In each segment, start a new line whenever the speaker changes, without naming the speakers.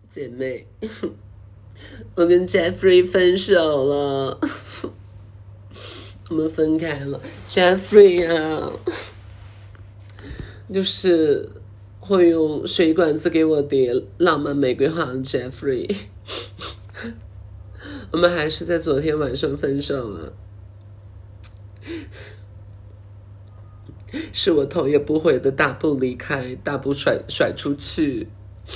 姐妹，我跟 Jeffrey 分手了，我们分开了。Jeffrey 啊，就是会用水管子给我叠浪漫玫瑰花的 Jeffrey， 我们还是在昨天晚上分手了。是我头也不回的大步离开，大步甩出去。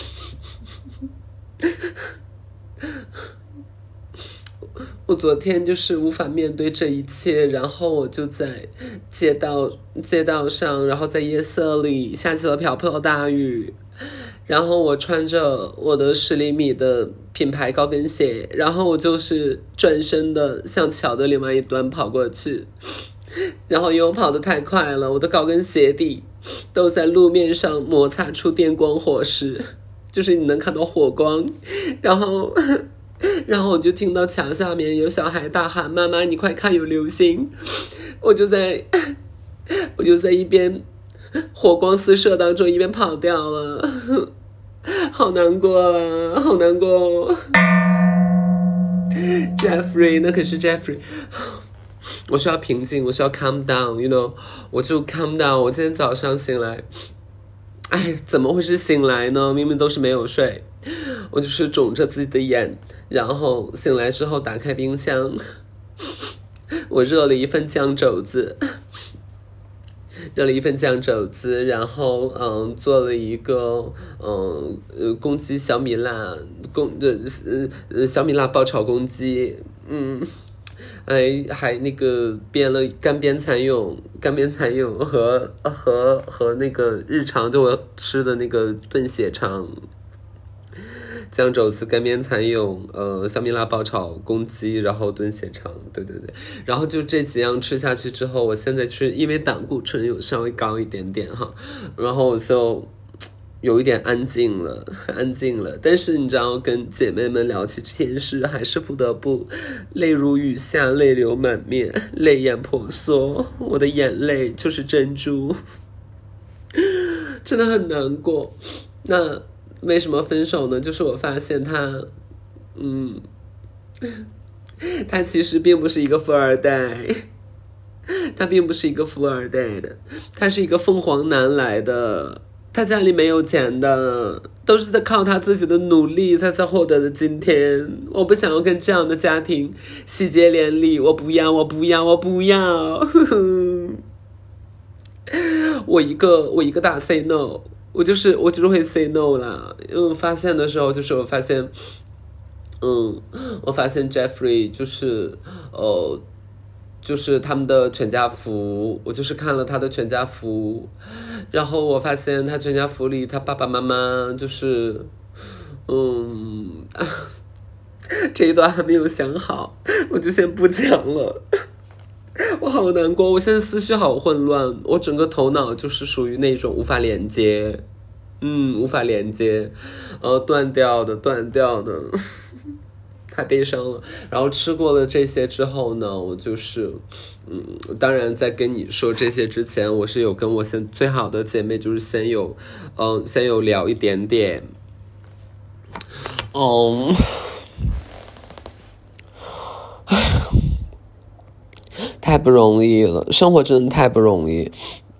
我昨天就是无法面对这一切，然后我就在街道上，然后在夜色里下起了瓢泼大雨，然后我穿着我的10厘米的品牌高跟鞋，然后我就是转身的向桥的另外一端跑过去，然后因为我跑得太快了，我的高跟鞋底都在路面上摩擦出电光火石，就是你能看到火光，然后我就听到墙下面有小孩大喊：“妈妈，你快看，有流星！”我就在一边火光四射当中一边跑掉了，好难过啊，好难过。Jeffrey， 那可是 Jeffrey。我需要平静，我需要 calm down， you know， 我就 calm down。我今天早上醒来，怎么会是醒来呢？明明都是没有睡，我就是肿着自己的眼，然后醒来之后打开冰箱，我热了一份酱肘子，然后做了一个公鸡小米辣小米辣爆炒公鸡，还那个编了干煸蚕蛹和那个日常就我吃的那个炖血肠，酱肘子、干煸蚕蛹、小米辣爆炒公鸡，然后炖血肠，对，然后就这几样吃下去之后，我现在是因为胆固醇有稍微高一点点哈，然后我就有一点安静了，但是你知道跟姐妹们聊起这件事，还是不得不泪如雨下，泪流满面，泪眼婆娑，我的眼泪就是珍珠，真的很难过。那为什么分手呢？就是我发现他其实并不是一个富二代，他并不是一个富二代的，他是一个凤凰男来的，他家里没有钱的，都是在靠他自己的努力他才获得的今天。我不想要跟这样的家庭喜结连理，我不要我一个大 say no， 我就是会 say no 啦。因为我发现的时候，就是我发现 Jeffrey 就是他们的全家福，我就是看了他的全家福，然后我发现他全家福里他爸爸妈妈就是这一段还没有想好，我就先不讲了。我好难过，我现在思绪好混乱，我整个头脑就是属于那种无法连接，断掉的，太悲伤了。然后吃过了这些之后呢，我就是当然在跟你说这些之前，我是有跟我最好的姐妹就是先有聊一点点，太不容易了，生活真的太不容易。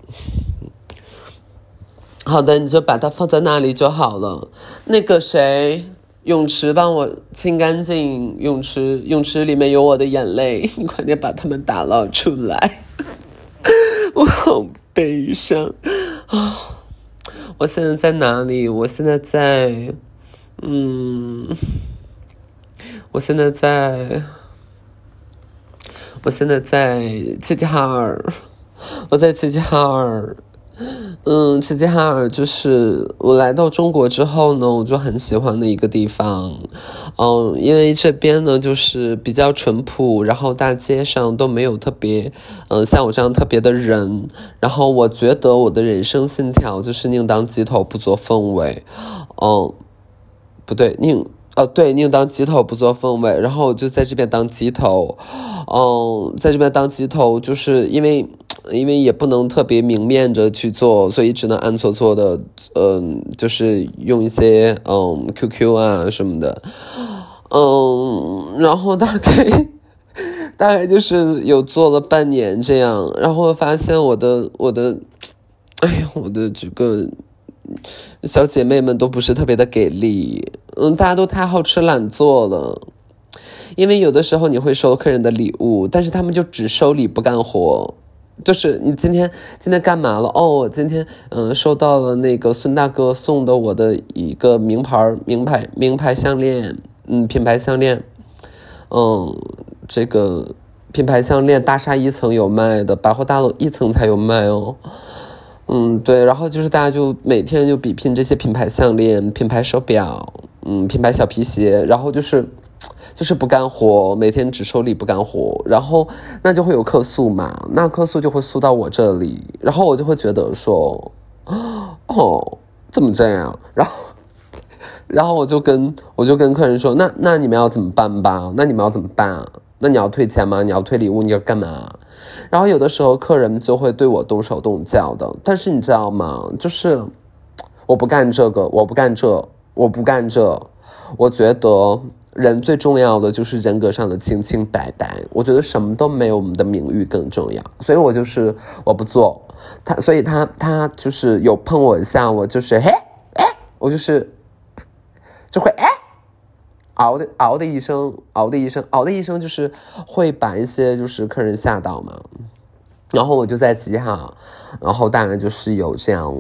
好的，你就把它放在那里就好了。那个谁，泳池帮我清干净，泳池里面有我的眼泪，你快点把它们打捞出来。我好悲伤啊！我现在在哪里？我现在在齐齐哈尔，我在齐齐哈尔。齐齐哈尔就是我来到中国之后呢，我就很喜欢的一个地方。因为这边呢就是比较淳朴，然后大街上都没有特别像我这样特别的人。然后我觉得我的人生信条就是宁当鸡头不做凤尾。不对，宁当鸡头不做凤尾，然后我就在这边当鸡头。在这边当鸡头，就是因为因为也不能特别明面着去做，所以只能暗搓搓的，就是用一些QQ 啊什么的，然后大概就是有做了半年这样，然后发现我的这个小姐妹们都不是特别的给力，大家都太好吃懒做了。因为有的时候你会收客人的礼物，但是他们就只收礼不干活。就是你今天干嘛了？我今天收到了那个孙大哥送的我的一个名牌项链，品牌项链，这个品牌项链大厦1层有卖的，百货大楼1层才有卖哦。对，然后就是大家就每天就比拼这些品牌项链、品牌手表，品牌小皮鞋，然后就是不干活，每天只收礼不干活，然后那就会有客诉嘛，那客诉就会诉到我这里，然后我就会觉得说，怎么这样？然后我就跟客人说，那你们要怎么办吧？那你们要怎么办？那你要退钱吗？你要退礼物？你要干嘛？然后有的时候客人就会对我动手动脚的，但是你知道吗？就是我不干这个，我不干这，我觉得人最重要的就是人格上的清清白白，我觉得什么都没有我们的名誉更重要，所以我不做所以他就是有碰我一下，我就是我就会嗷的一声，就是会把一些就是客人吓到嘛。然后我就在其他，然后大概就是有这样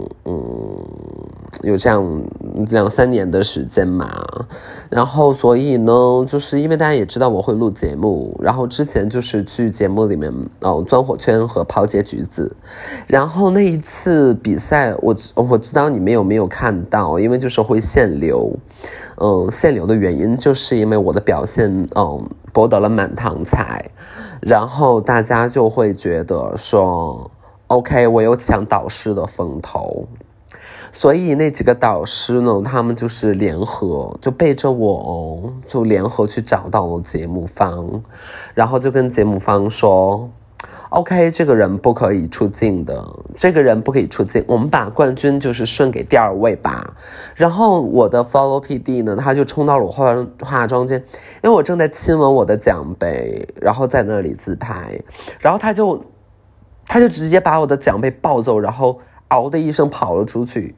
2-3年的时间嘛。然后所以呢，就是因为大家也知道我会录节目，然后之前就是去节目里面钻火圈和抛接橘子。然后那一次比赛我知道你们有没有看到，因为就是会限流。限流的原因就是因为我的表现博得了满堂彩，然后大家就会觉得说 OK 我有抢导师的风头，所以那几个导师呢，他们就是联合就背着我就联合去找到了节目方，然后就跟节目方说OK 这个人不可以出镜，我们把冠军就是顺给第2位吧。然后我的 follow PD 呢，他就冲到了我化妆间，因为我正在亲吻我的奖杯，然后在那里自拍，然后他就直接把我的奖杯抱走，然后嗷的一声跑了出去。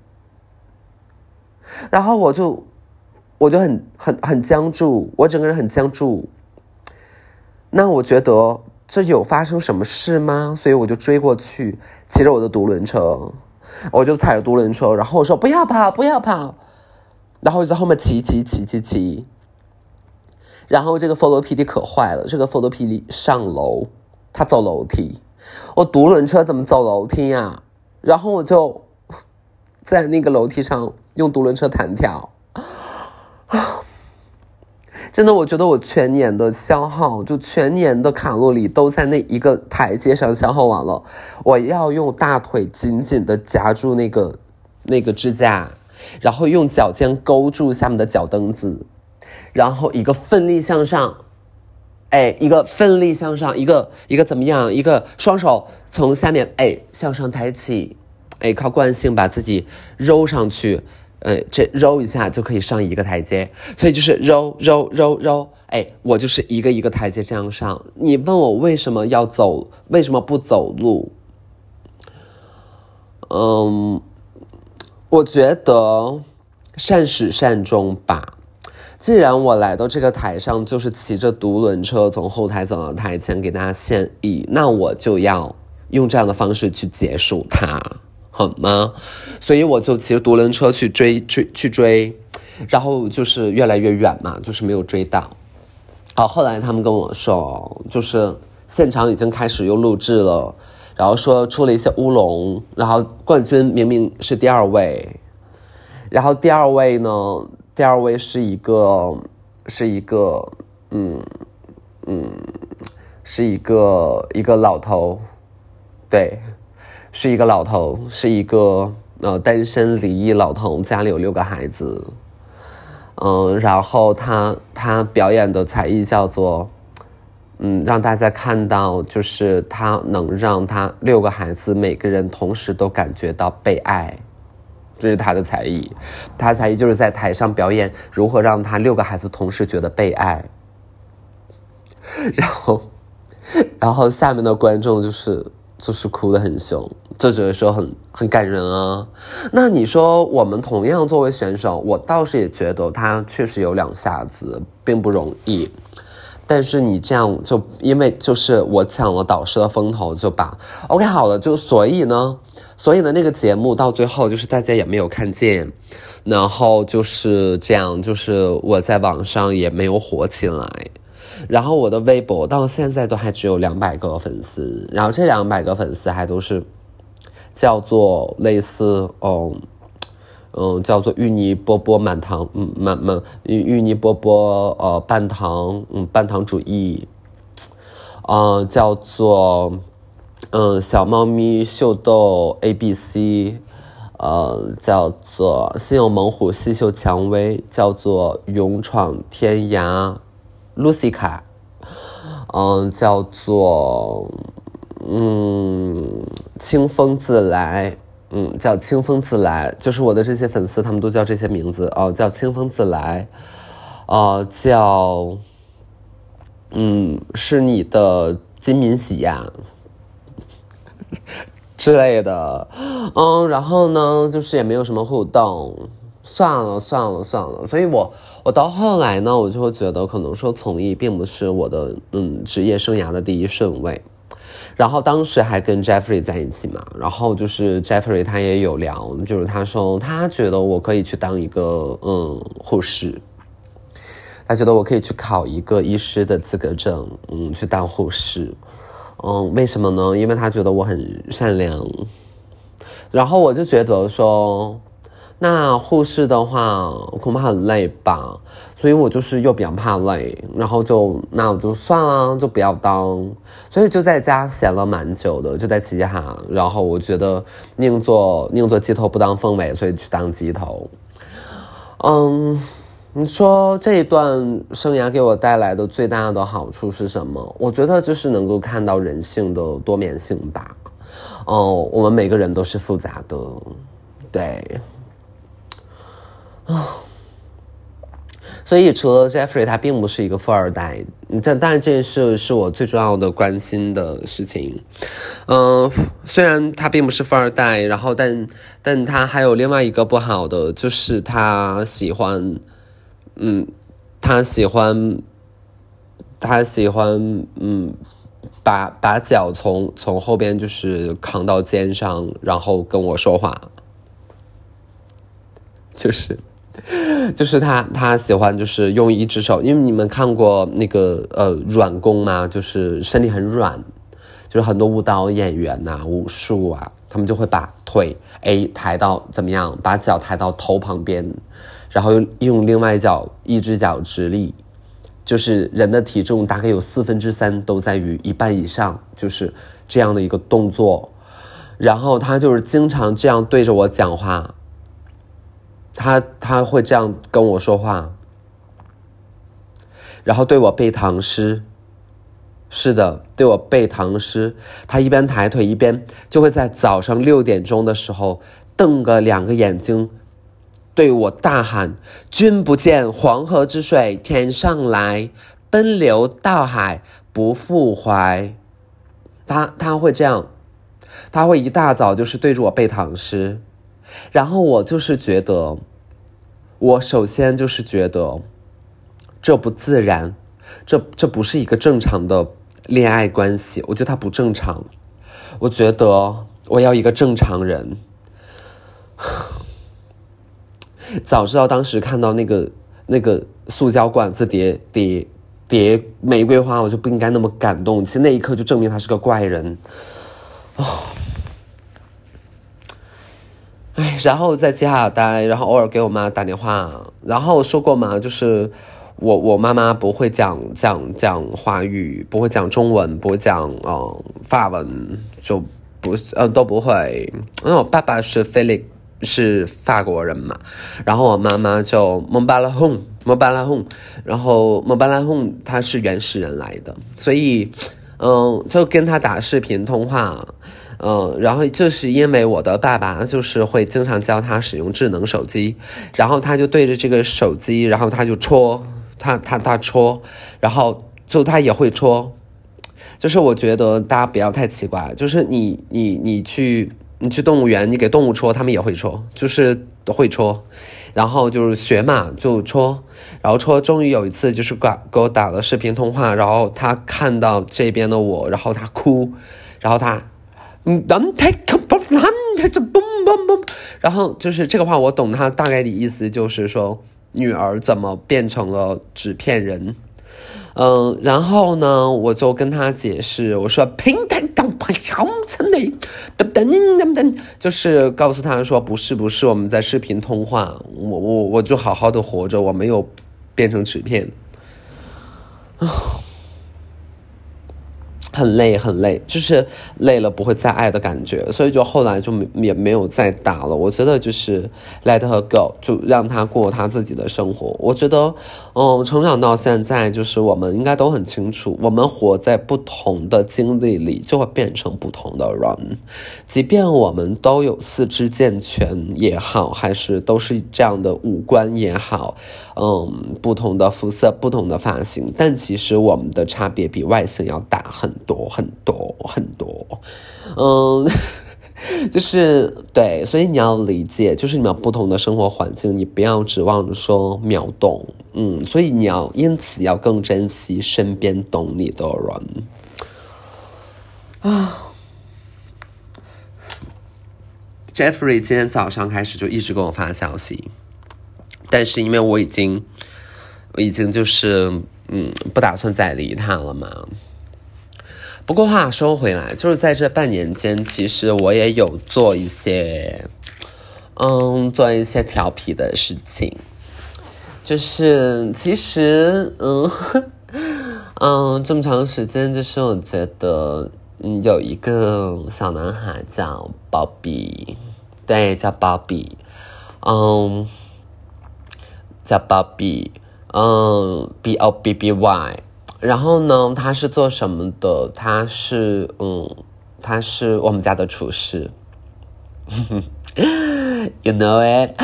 然后我就很僵住，我整个人很僵住。那我觉得这有发生什么事吗？所以我就追过去，骑着我的独轮车，我就踩着独轮车，然后我说不要跑，然后我就在后面骑，然后这个 follow PD 可坏了，这个 follow PD 上楼，他走楼梯，我独轮车怎么走楼梯啊？然后我就在那个楼梯上用独轮车弹跳。真的，我觉得我全年的消耗，就全年的卡路里都在那一个台阶上消耗完了。我要用大腿紧紧的夹住那个支架，然后用脚尖勾住下面的脚蹬子，然后一个奋力向上，一个怎么样？一个双手从下面向上抬起，靠惯性把自己揉上去。这揉一下就可以上一个台阶，所以就是揉，我就是一个台阶这样上。你问我为什么不走路？我觉得善始善终吧。既然我来到这个台上就是骑着独轮车从后台走到台前给大家献艺，那我就要用这样的方式去结束它。好吗？所以我就骑着独轮车去追，然后就是越来越远嘛，就是没有追到。后来他们跟我说，就是现场已经开始又录制了，然后说出了一些乌龙，然后冠军明明是第2位，然后第2位呢，是一个老头，对。是一个老头，是一个单身离异老头，家里有6个孩子。然后他表演的才艺叫做让大家看到，就是他能让他6个孩子每个人同时都感觉到被爱，这是他的才艺。他的才艺就是在台上表演如何让他6个孩子同时觉得被爱，然后下面的观众就是哭得很凶，就觉得说很感人啊。那你说我们同样作为选手，我倒是也觉得他确实有2下子，并不容易。但是你这样就因为就是我抢了导师的风头，就把 OK 好了，就所以呢那个节目到最后就是大家也没有看见，然后就是这样，就是我在网上也没有火起来。然后我的微博到现在都还只有200个粉丝，然后这200个粉丝还都是叫做类似叫做芋泥波波满堂芋泥波波半糖半糖主义，叫做小猫咪秀逗 ABC， 叫做心有猛虎细嗅蔷薇，叫做勇闯天涯Lucy 卡，叫做清风自来，叫清风自来，就是我的这些粉丝他们都叫这些名字叫清风自来，叫是你的金敏喜呀之类的，然后呢就是也没有什么互动，算了，所以我到后来呢，我就会觉得可能说从艺并不是我的职业生涯的第一顺位。然后当时还跟 Jeffrey 在一起嘛，然后就是 Jeffrey 他也有聊，就是他说他觉得我可以去当一个护士，他觉得我可以去考一个医师的资格证，去当护士。为什么呢？因为他觉得我很善良。然后我就觉得说那护士的话恐怕很累吧，所以我就是又比较怕累，然后那我就算了，就不要当，所以就在家闲了蛮久的，就在齐齐哈尔，然后我觉得宁做鸡头不当凤尾，所以去当鸡头。你说这一段生涯给我带来的最大的好处是什么？我觉得就是能够看到人性的多面性吧。我们每个人都是复杂的，对。所以除了 Jeffrey 他并不是一个富二代，但然这件事是我最重要的关心的事情。虽然他并不是富二代，然后但他还有另外一个不好的，就是他喜欢把脚从后边就是扛到肩上，然后跟我说话，就是他喜欢就是用一只手，因为你们看过那个软功吗？就是身体很软，就是很多舞蹈演员啊、武术啊，他们就会把腿抬到怎么样，把脚抬到头旁边，然后用另外一只脚直立，就是人的体重大概有3/4都在于一半以上，就是这样的一个动作。然后他就是经常这样对着我讲话。他会这样跟我说话，然后对我背唐诗，是的，对我背唐诗。他一边抬腿一边就会在早上6点钟的时候瞪个2个眼睛对我大喊：君不见黄河之水天上来，奔流到海不复回。他会这样，他会一大早就是对着我背唐诗。然后我就是觉得，我首先就是觉得这不自然，这不是一个正常的恋爱关系，我觉得它不正常。我觉得我要一个正常人。早知道当时看到那个塑胶管子叠玫瑰花，我就不应该那么感动。其实那一刻就证明他是个怪人。然后在齐齐哈尔待，然后偶尔给我妈打电话，然后我说过嘛，就是我妈妈不会讲华语，不会讲中文，不会讲法文，就不都不会。我爸爸是菲是法国人嘛，然后我妈妈就蒙巴拉轰，然后蒙巴拉轰他是原始人来的，所以就跟他打视频通话。然后就是因为我的爸爸就是会经常教他使用智能手机，然后他就对着这个手机，然后他就戳，他戳，然后就他也会戳。就是我觉得大家不要太奇怪，就是你去动物园，你给动物戳，他们也会戳，就是会戳。然后就是学嘛，就戳，然后戳，终于有一次就是给我打了视频通话，然后他看到这边的我，然后他哭，然后他然后就是这个话我懂他大概的意思，就是说女儿怎么变成了纸片人。然后呢我就跟他解释，我说就是告诉他说不是我们在视频通话，我就好好的活着，我没有变成纸片。很累，就是累了不会再爱的感觉，所以就后来就也没有再打了。我觉得就是 let her go， 就让他过他自己的生活。我觉得成长到现在，就是我们应该都很清楚，我们活在不同的经历里就会变成不同的人，即便我们都有四肢健全也好，还是都是这样的五官也好，不同的肤色，不同的发型，但其实我们的差别比外形要大很多，就是对，所以你要理解，就是你们不同的生活环境，你不要指望说秒懂，所以你要因此要更珍惜身边懂你的人啊。Jeffrey 今天早上开始就一直跟我发消息，但是因为我已经就是不打算再理他了嘛。不过话说回来，就是在这半年间，其实我也有做一些调皮的事情，就是其实这么长时间，就是我觉得有一个小男孩叫 Bobby， 对，叫 Bobby， 叫 Bobby， Bobby。然后呢，他是做什么的？他是我们家的厨师，you know it，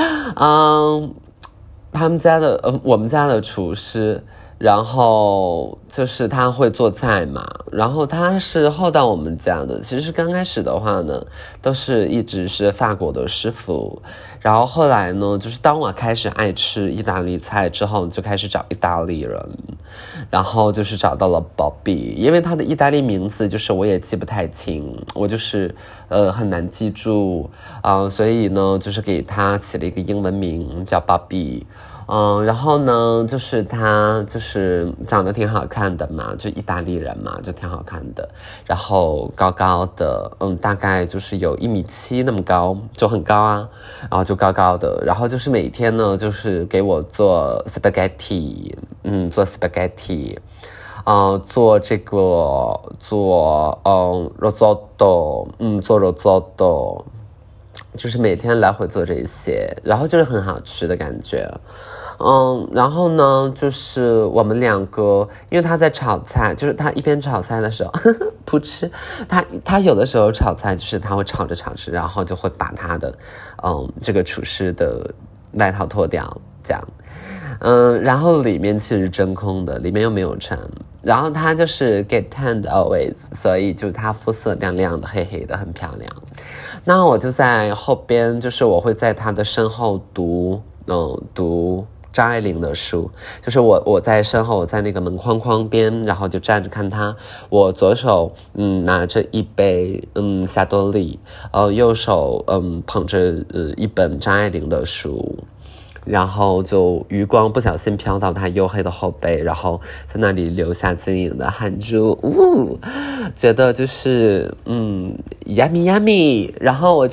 我们家的厨师，然后就是他会做菜嘛，然后他是后到我们家的。其实刚开始的话呢，都是一直是法国的师傅，然后后来呢，就是当我开始爱吃意大利菜之后，就开始找意大利人，然后就是找到了 Bobby， 因为他的意大利名字就是我也记不太清，我就是很难记住所以呢，就是给他起了一个英文名叫 Bobby。然后呢，就是他就是长得挺好看的嘛，就意大利人嘛，就挺好看的。然后高高的，大概就是有1.7米那么高，就很高啊。然后就高高的，然后就是每天呢，就是给我做 spaghetti， 做 spaghetti， 做这个做risotto， 做 risotto。就是每天来回做这些，然后就是很好吃的感觉。然后呢，就是我们两个，因为他在炒菜，就是他一边炒菜的时候，噗嗤，他有的时候炒菜就是他会炒着，然后就会把他的这个厨师的外套脱掉，这样。然后里面其实真空的，里面又没有穿。然后他就是 get tanned always， 所以就他肤色亮亮的，黑黑的，很漂亮。那我就在后边，就是我会在他的身后读张爱玲的书，就是我在身后，我在那个门框边，然后就站着看他。我左手拿着一杯霞多丽，右手捧着一本张爱玲的书。然后就余光不小心飘到他黝黑的后背，然后在那里留下晶莹的汗珠，觉得就是yummy， 然后我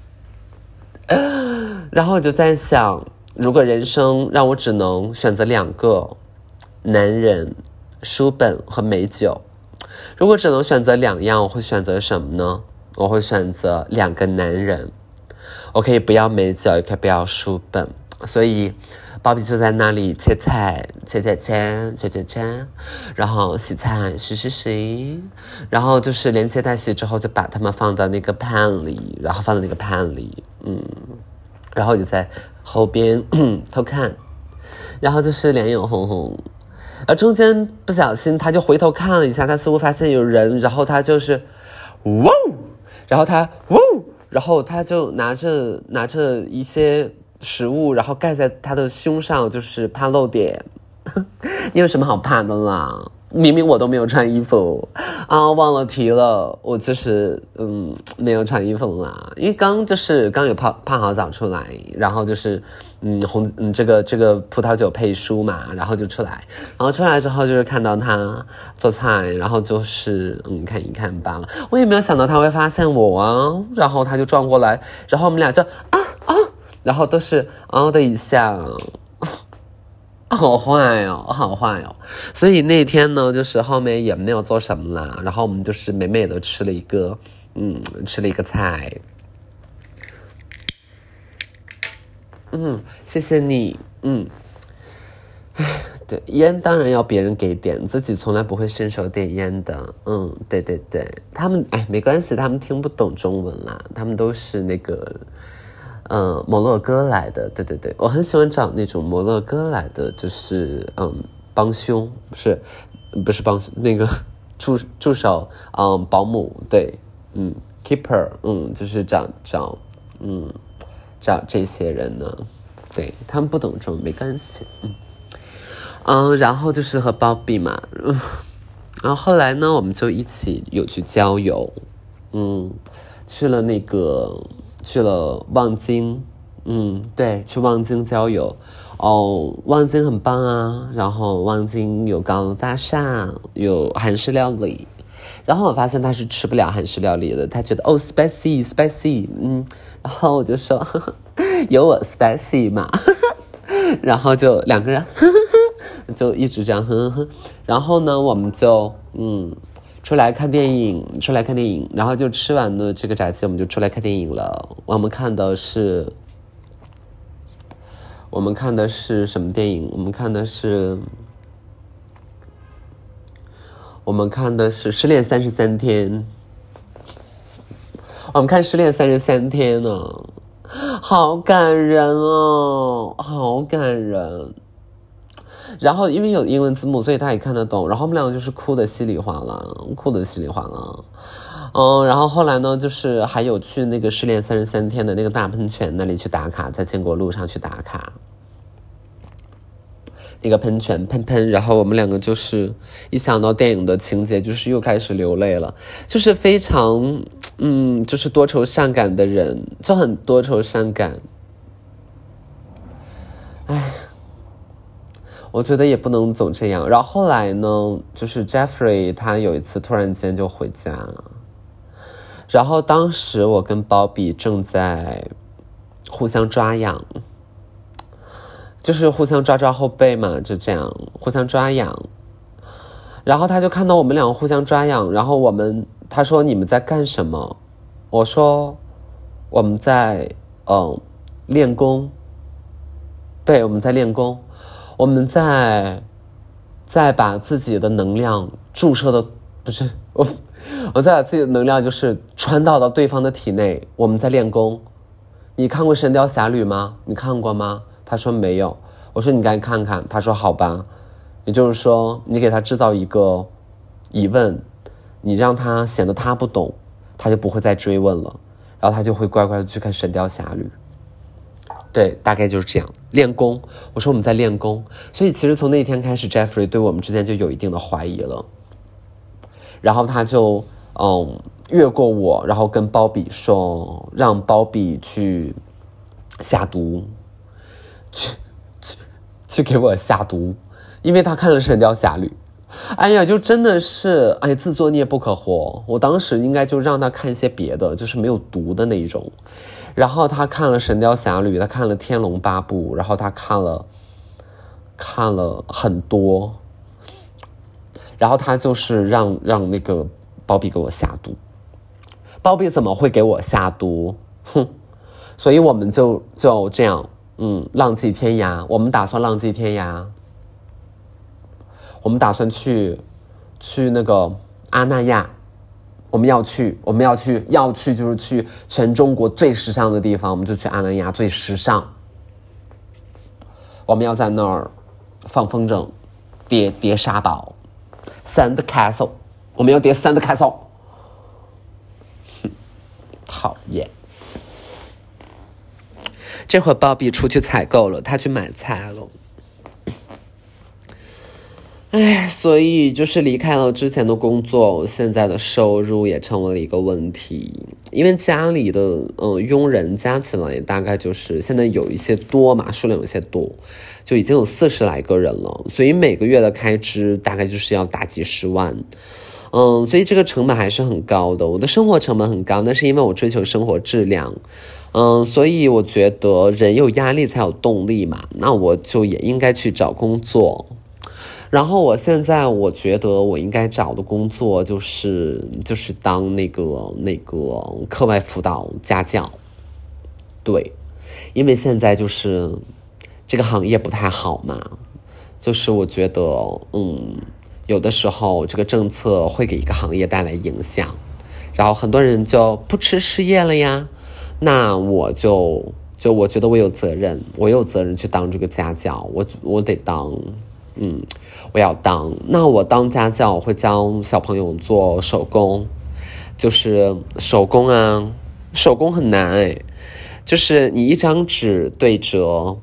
就在想，如果人生让我只能选择2个，男人、书本和美酒，如果只能选择2样，我会选择什么呢？我会选择2个男人。 我可以不要美酒，也可以不要书本，所以鲍比就在那里切菜，然后洗菜，洗，然后就是连切带洗之后，就把它们放到那个pan里，然后放到那个pan里，然后就在后边偷看，然后就是脸有红红，而中间不小心他就回头看了一下，他似乎发现有人，然后他就是哇，然后他哇，然后他就拿着一些食物，然后盖在他的胸上，就是怕漏点。你有什么好怕的啦？明明我都没有穿衣服啊，忘了提了，我就是没有穿衣服啦，因为刚有泡好澡出来，然后就是这个葡萄酒配书嘛，然后就出来，然后出来之后就是看到他做菜，然后就是看一看罢了，我也没有想到他会发现我啊，然后他就撞过来，然后我们俩就然后都是的一下。好坏哦，所以那天呢，就是后面也没有做什么啦，然后我们就是美美的吃了一个菜，谢谢你，对，烟当然要别人给点，自己从来不会伸手点烟的，对，他们没关系，他们听不懂中文啦，他们都是那个。摩洛哥来的，对，我很喜欢找那种摩洛哥来的，就是帮凶，不是帮凶，那个助手，保姆，对，keeper，就是找这些人呢，对，他们不懂中文没关系，然后就是和鲍比嘛，然后后来呢，我们就一起有去郊游，去了望京，对，去望京郊游，望京很棒啊，然后望京有高楼大厦，有韩式料理，然后我发现他是吃不了韩式料理的，他觉得spicy，然后我就说呵呵有我 spicy 嘛，然后就两个人就一直这样然后呢我们就出来看电影，然后就吃完了这个炸鸡，我们就出来看电影了。我们看的是什么电影？我们看的是《失恋33天》。我们看《失恋33天》呢，好感人哦，好感人。然后因为有英文字幕，所以他也看得懂。然后我们两个就是哭得稀里哗啦。然后后来呢，就是还有去那个失恋33天的那个大喷泉那里去打卡，在建国路上去打卡。那个喷泉喷，然后我们两个就是一想到电影的情节，就是又开始流泪了，就是非常就是多愁善感的人，就很多愁善感。我觉得也不能总这样。然后后来呢，就是 Jeffrey 他有一次突然间就回家了，然后当时我跟 Bobby 正在互相抓痒，就是互相抓后背嘛，就这样互相抓痒。然后他就看到我们两个互相抓痒，然后他说你们在干什么？我说我们在练功。对，我们在练功。我们在把自己的能量注射的，不是我在把自己的能量就是传导到对方的体内。我们在练功。你看过《神雕侠侣》吗？你看过吗？他说没有。我说你赶紧看看。他说好吧。也就是说，你给他制造一个疑问，你让他显得他不懂，他就不会再追问了，然后他就会乖乖的去看《神雕侠侣》。对，大概就是这样。练功，我说我们在练功，所以其实从那天开始 ，Jeffrey 对我们之间就有一定的怀疑了。然后他就越过我，然后跟鲍比说，让鲍比去下毒，去给我下毒，因为他看了《神雕侠侣》。哎呀，就真的是自作孽不可活。我当时应该就让他看一些别的，就是没有毒的那一种。然后他看了《神雕侠侣》，他看了《天龙八部》，然后他看了很多，然后他就是让那个鲍比给我下毒。鲍比怎么会给我下毒？ 所以我们就这样，浪迹天涯。我们打算浪迹天涯，我们打算去那个阿那亚。我们要去就是去全中国最时尚的地方，我们就去阿那亚最时尚。我们要在那儿放风筝，叠沙堡 ，Sand Castle， 我们要叠 Sand Castle。讨厌。这会鲍比出去采购了，他去买菜了。所以就是离开了之前的工作，现在的收入也成为了一个问题。因为家里的佣人加起来大概就是现在有一些多嘛，数量有些多，就已经有40来个人了，所以每个月的开支大概就是要大几十万。所以这个成本还是很高的。我的生活成本很高，那是因为我追求生活质量。所以我觉得人有压力才有动力嘛，那我就也应该去找工作。然后我现在我觉得我应该找的工作就是当那个课外辅导家教。对，因为现在就是这个行业不太好嘛，就是我觉得有的时候这个政策会给一个行业带来影响，然后很多人就不吃失业了呀。那我就我觉得我有责任去当这个家教，我得当。我要当。那我当家教，我会教小朋友做手工，就是手工啊，手工很难就是你一张纸对折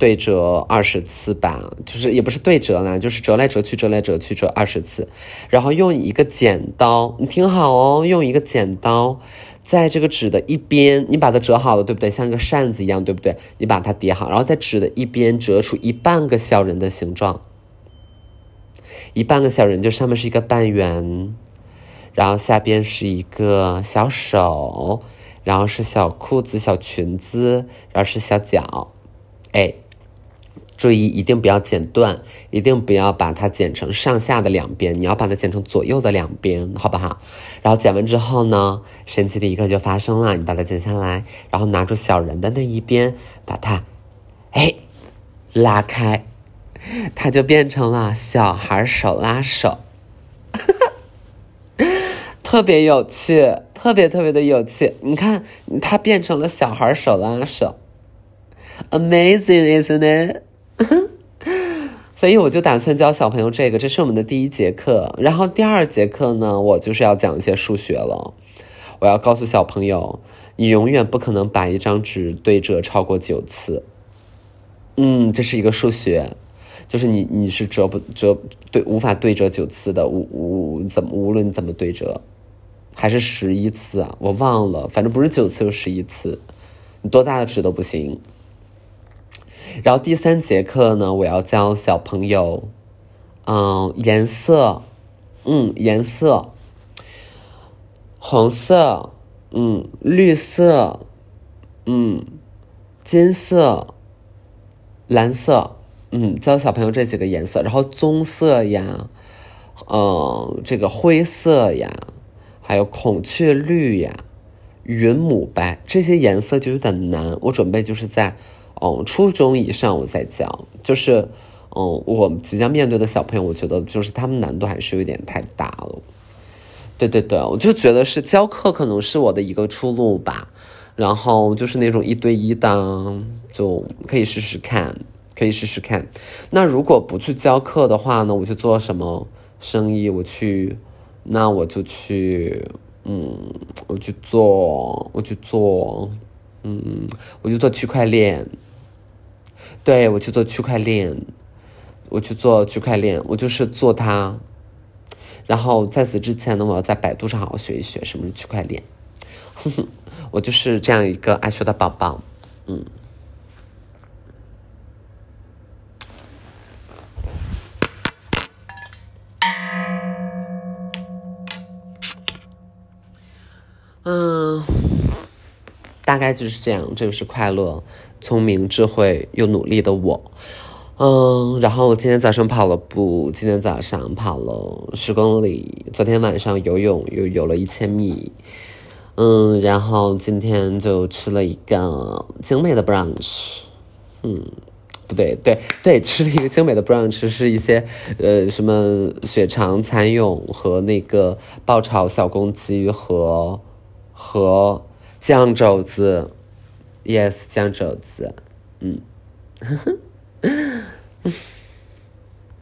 20次吧，就是也不是对折啦，就是折来折去折20次，然后用一个剪刀，你听好哦，用一个剪刀在这个纸的一边，你把它折好了，对不对？像一个扇子一样，对不对？你把它叠好，然后在纸的一边折出一半个小人的形状。一半个小人就上面是一个半圆，然后下边是一个小手，然后是小裤子小裙子，然后是小脚。注意一定不要剪断，一定不要把它剪成上下的两边，你要把它剪成左右的两边，好不好？然后剪完之后呢，神奇的一刻就发生了，你把它剪下来，然后拿出小人的那一边，把它拉开，它就变成了小孩手拉手。特别有趣，特别的有趣。你看它变成了小孩手拉手， Amazing isn't it？ 所以我就打算教小朋友这是我们的第1节课。然后第2节课呢，我就是要讲一些数学了。我要告诉小朋友，你永远不可能把一张纸对折超过9次。这是一个数学，就是你是无法对折9次的，无论怎么对折，还是11次啊，我忘了，反正不是9次就11次，你多大的纸都不行。然后第3节课呢，我要教小朋友颜色，颜色，红色，绿色，金色，蓝色，教小朋友这几个颜色。然后棕色呀，这个灰色呀，还有孔雀绿呀，云母白，这些颜色就有点难，我准备就是在初中以上我再教，就是我即将面对的小朋友，我觉得就是他们难度还是有点太大了。对，我就觉得是教课可能是我的一个出路吧，然后就是那种1对1的，就可以试试看。那如果不去教课的话呢，我去做什么生意？我去做区块链。对，我去做区块链，我就是做它。然后在此之前呢，我要在百度上好好学一学什么是区块链。我就是这样一个爱学的宝宝。大概就是这样，这就是快乐、聪明、智慧又努力的我。然后我今天早上跑了步，今天早上跑了10公里，昨天晚上游泳又游了1000米。 然后今天就吃了一个精美的 brunch，不对，吃了一个精美的 brunch，是一些什么血肠、蚕蛹和那个爆炒小公鸡和酱肘子 ，yes 酱肘子，